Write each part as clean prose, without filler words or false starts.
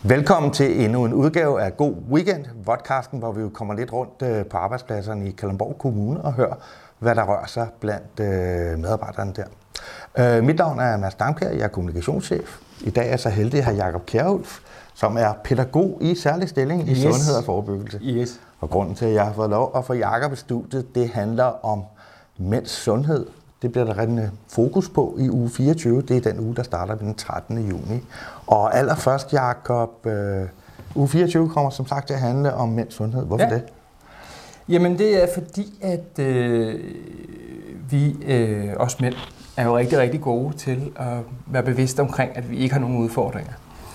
Velkommen til endnu en udgave af God Weekend, podcasten, hvor vi jo kommer lidt rundt på arbejdspladserne i Kalundborg Kommune og hører, hvad der rører sig blandt medarbejderne der. Mit navn er Mads Damkjær, jeg er kommunikationschef. I dag er jeg så heldig at have Jakob Kjærulf, som er pædagog i særlig stilling i sundhed og forebyggelse. Yes. Og grunden til, at jeg har fået lov at få Jakob i studiet, det handler om mænds sundhed. Det bliver der rigtig fokus på i uge 24. Det er den uge, der starter den 13. juni. Og allerførst, Jakob, uge 24 kommer som sagt til at handle om mænds sundhed. Hvorfor det? Jamen det er fordi, at vi, os mænd, er jo rigtig, rigtig gode til at være bevidste omkring, at vi ikke har nogen udfordringer.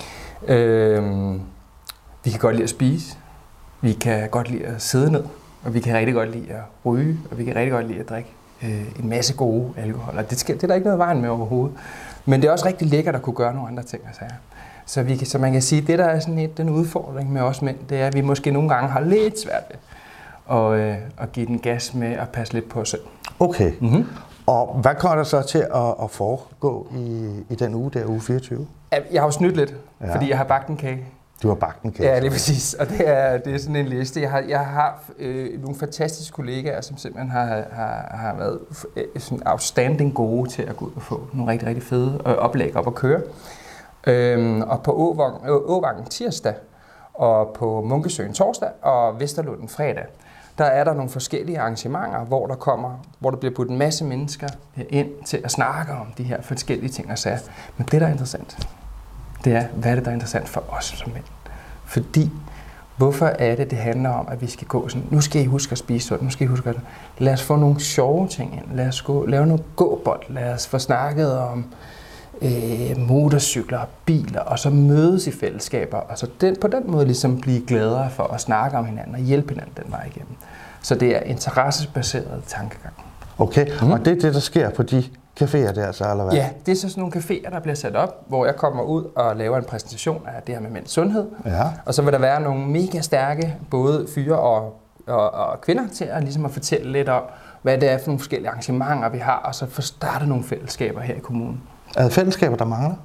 Vi kan godt lide at spise, vi kan godt lide at sidde ned, og vi kan rigtig godt lide at ryge, og vi kan rigtig godt lide at drikke en masse gode alkohol. Og det er der ikke noget vejen med overhovedet. Men det er også rigtig lækkert at kunne gøre nogle andre ting. Så man kan sige, at det der er sådan den udfordring med os mænd, det er, at vi måske nogle gange har lidt svært ved at give den gas med at passe lidt på os selv. Okay. Mm-hmm. Og hvad kommer der så til at foregå i den uge der, uge 24? Jeg har jo snydt lidt, fordi jeg har bagt en kage. Du har bagt en kage? Ja, det er præcis. Og det er sådan en liste. Jeg har nogle fantastiske kollegaer, som simpelthen har været sådan outstanding gode til at gå ud og få nogle rigtig, rigtig fede oplæg op at køre. Og på Åvangen tirsdag, og på Munkesøen torsdag, og Vesterlunden fredag, der er der nogle forskellige arrangementer, hvor der bliver budt en masse mennesker ind til at snakke om de her forskellige ting og sager. Men det, der er interessant, det er, hvad er det, der er interessant for os som mænd? Fordi, hvorfor er det handler om, at vi skal gå sådan, nu skal I huske at spise sundt, nu skal I huske at lad os få nogle sjove ting ind, lad os lave noget gåbold, lad os få snakket om motorcykler og biler, og så mødes i fællesskaber, og så på den måde ligesom blive gladere for at snakke om hinanden og hjælpe hinanden den vej igennem. Så det er interessebaseret tankegang. Okay, og det er det, der sker på de caféer der, så eller hvad? Ja, det er så sådan nogle caféer, der bliver sat op, hvor jeg kommer ud og laver en præsentation af det her med mænds sundhed. Ja. Og så vil der være nogle mega stærke, både fyre og kvinder, til at, ligesom at fortælle lidt om, hvad det er for nogle forskellige arrangementer, vi har, og så få startet nogle fællesskaber her i kommunen. Er det fællesskaber, der mangler?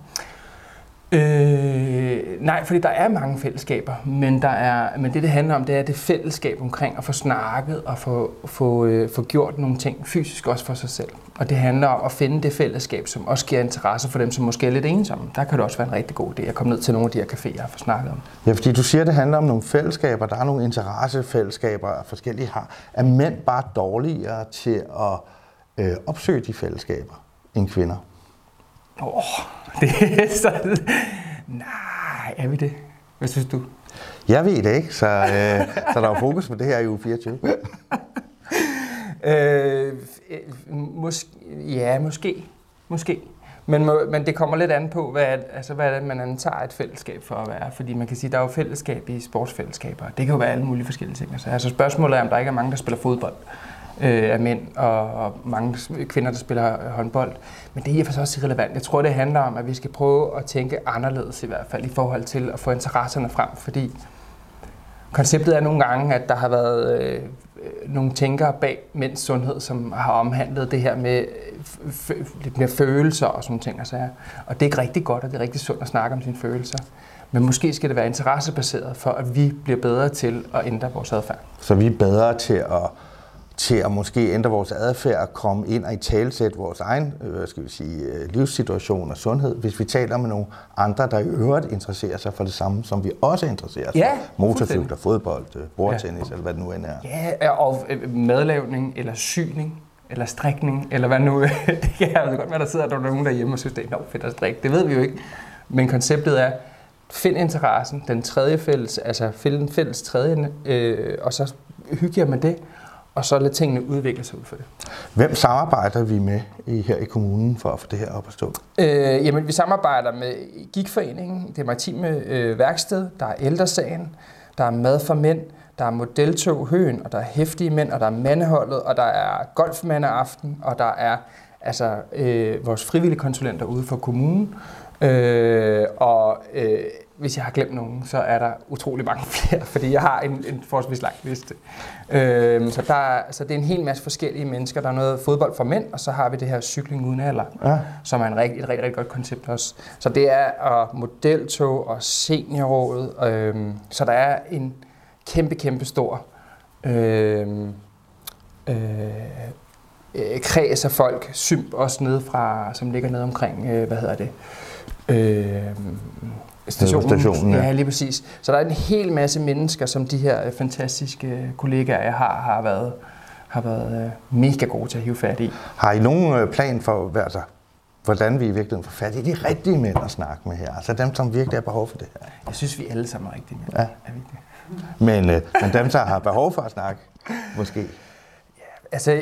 Nej, fordi der er mange fællesskaber, men det handler om, det er det fællesskab omkring at få snakket og få gjort nogle ting fysisk også for sig selv. Og det handler om at finde det fællesskab, som også giver interesse for dem, som måske er lidt ensomme. Der kan det også være en rigtig god idé at komme ned til nogle af de her caféer og få snakket om. Ja, fordi du siger, at det handler om nogle fællesskaber, der er nogle interessefællesskaber, forskellige har. Er mænd bare dårligere til at opsøge de fællesskaber end kvinder? Det er sådan. Nej, er vi det? Hvad synes du? Jeg ved det ikke, så der er fokus på det her i uge 24. Måske. Men det kommer lidt an på, hvad er det, man antager et fællesskab for at være. Fordi man kan sige, at der er jo fællesskab i sportsfællesskaber. Det kan jo være alle mulige forskellige ting. Altså spørgsmålet er, om der ikke er mange, der spiller fodbold af mænd, og mange kvinder, der spiller håndbold. Men det er i og for sig også irrelevant. Jeg tror, det handler om, at vi skal prøve at tænke anderledes i hvert fald, i forhold til at få interesserne frem. Fordi konceptet er nogle gange, at der har været nogle tænkere bag mænds sundhed, som har omhandlet det her med lidt mere følelser og sådan ting. Og det er ikke rigtig godt, og det er rigtig sundt at snakke om sine følelser. Men måske skal det være interessebaseret, for at vi bliver bedre til at ændre vores adfærd. Så vi er bedre til at måske ændre vores adfærd og komme ind og italesætte vores egen livssituation og sundhed, hvis vi taler med nogle andre, der i øvrigt interesserer sig for det samme, som vi også interesserer sig for. Motorcykler, fodbold, bordtennis eller hvad det nu end er. Ja, og madlavning eller syning eller strikning, eller hvad nu. Det kan jo godt være, der sidder nogen derhjemme og synes, det er fedt at strikke. Det ved vi jo ikke. Men konceptet er, find interessen, den tredje fælles, altså find en fælles tredje, og så hygger med det, og så lade tingene udvikle sig ud for det. Hvem samarbejder vi med her i kommunen for at få det her op at stå? Jamen, vi samarbejder med GIG-foreningen, det maritime værksted, der er ældresagen, der er mad for mænd, der er modeltog Høen, og der er heftige mænd, og der er mandeholdet, og der er golfmandeaften, og der er vores frivillige konsulenter ude for kommunen, og hvis jeg har glemt nogen, så er der utrolig mange flere, fordi jeg har en forholdsvis lang liste. Så det er en hel masse forskellige mennesker. Der er noget fodbold for mænd, og så har vi det her cykling uden alder, som er et rigtig godt koncept også. Så det er modeltog og seniorrådet, så der er en kæmpe stor kreds af folk, Symp også nede fra, som ligger nede omkring, stationen. Ja, lige præcis. Så der er en hel masse mennesker, som de her fantastiske kollegaer, jeg har været mega gode til at hive fat i. Har I nogen plan for, hvordan vi i virkeligheden får fat i de rigtige mænd at snakke med her? Altså dem, som virkelig har behov for det her. Jeg synes, vi alle sammen er rigtige mænd. Ja. Er vi det? Men dem, der har behov for at snakke, måske? Ja, altså,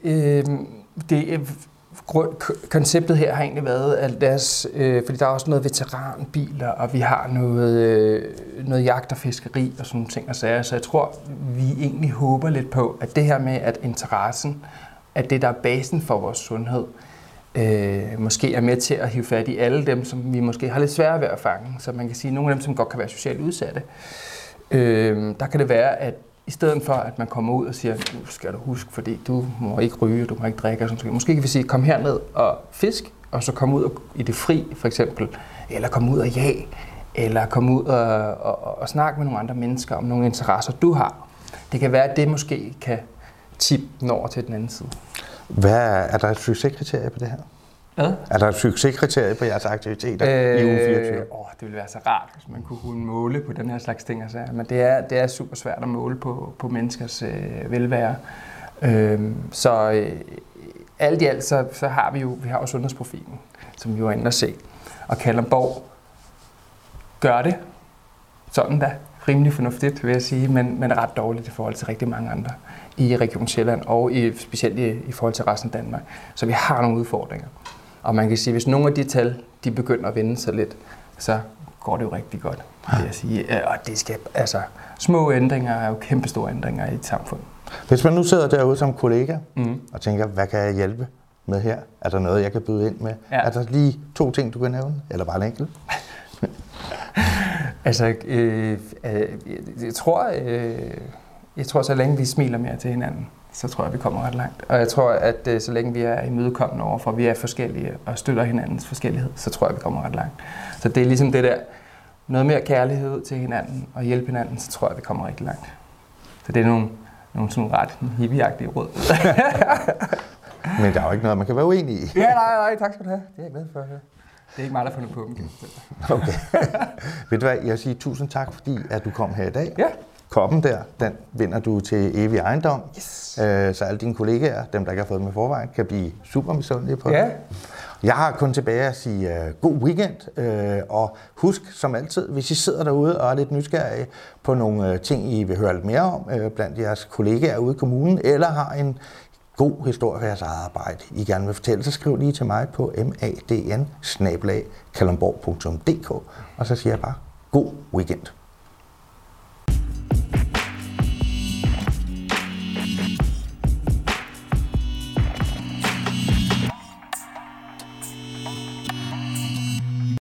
konceptet her har egentlig været, at fordi der er også noget veteranbiler, og vi har noget jagt og fiskeri og sådan nogle ting. Så jeg tror, vi egentlig håber lidt på, at det her med, at interessen, at det, der er basen for vores sundhed, måske er med til at hive fat i alle dem, som vi måske har lidt sværere ved at fange. Så man kan sige, at nogle af dem, som godt kan være socialt udsatte, der kan det være, at i stedet for, at man kommer ud og siger, nu skal du huske, fordi du må ikke ryge, du må ikke drikke, og sådan noget. Måske kan vi sige, kom herned og fisk, og så komme ud i det fri, for eksempel. Eller komme ud og jag, eller komme ud og snakke med nogle andre mennesker om nogle interesser, du har. Det kan være, at det måske kan tippe den over til den anden side. Er der et succeskriterie på det her? Hvad? Er der et succeskriterie på jeres aktiviteter i uge 24? Det ville være så rart, hvis man kunne måle på den her slags ting. Altså. Men det er super svært at måle på menneskers velvære. Alt i alt, så har vi har jo sundhedsprofilen, som vi var inde at se. Og Kalundborg gør det sådan da. Rimelig fornuftigt, vil jeg sige, men ret dårligt i forhold til rigtig mange andre i Region Sjælland og specielt i forhold til resten af Danmark. Så vi har nogle udfordringer. Og man kan sige, at hvis nogle af de tal, de begynder at vende sig lidt, så går det jo rigtig godt, vil jeg sige. Og det skal, små ændringer er jo kæmpestore ændringer i et samfund. Hvis man nu sidder derude som kollega og tænker, hvad kan jeg hjælpe med her? Er der noget, jeg kan byde ind med? Ja. Er der lige 2 ting, du kan nævne? Eller bare en enkelt? Jeg tror, så længe vi smiler mere til hinanden, så tror jeg, vi kommer ret langt. Og jeg tror, at så længe vi er imødekommende overfor, vi er forskellige og støtter hinandens forskellighed, så tror jeg, vi kommer ret langt. Så det er ligesom det der, noget mere kærlighed til hinanden og hjælpe hinanden, så tror jeg, vi kommer rigtig langt. Så det er nogle sådan ret hippieagtige råd. Men der er jo ikke noget, man kan være uenig i. Ja, nej, tak skal du have. Det er jeg glad for at høre. Det er ikke mig, der har fundet på dem. Okay. Ved du hvad, jeg vil sige tusind tak, fordi at du kom her i dag. Ja. Koppen der, den vinder du til evig ejendom. Yes. Så alle dine kollegaer, dem der ikke har fået med forvejen, kan blive super misundelige på ja. det. Jeg har kun tilbage at sige god weekend, og husk som altid, hvis I sidder derude og er lidt nysgerrige på nogle ting, I vil høre lidt mere om blandt jeres kollegaer ude i kommunen, eller har en god historie for jeres eget arbejde, I gerne vil fortælle, så skriv lige til mig på madn@kalundborg.dk, og så siger jeg bare god weekend.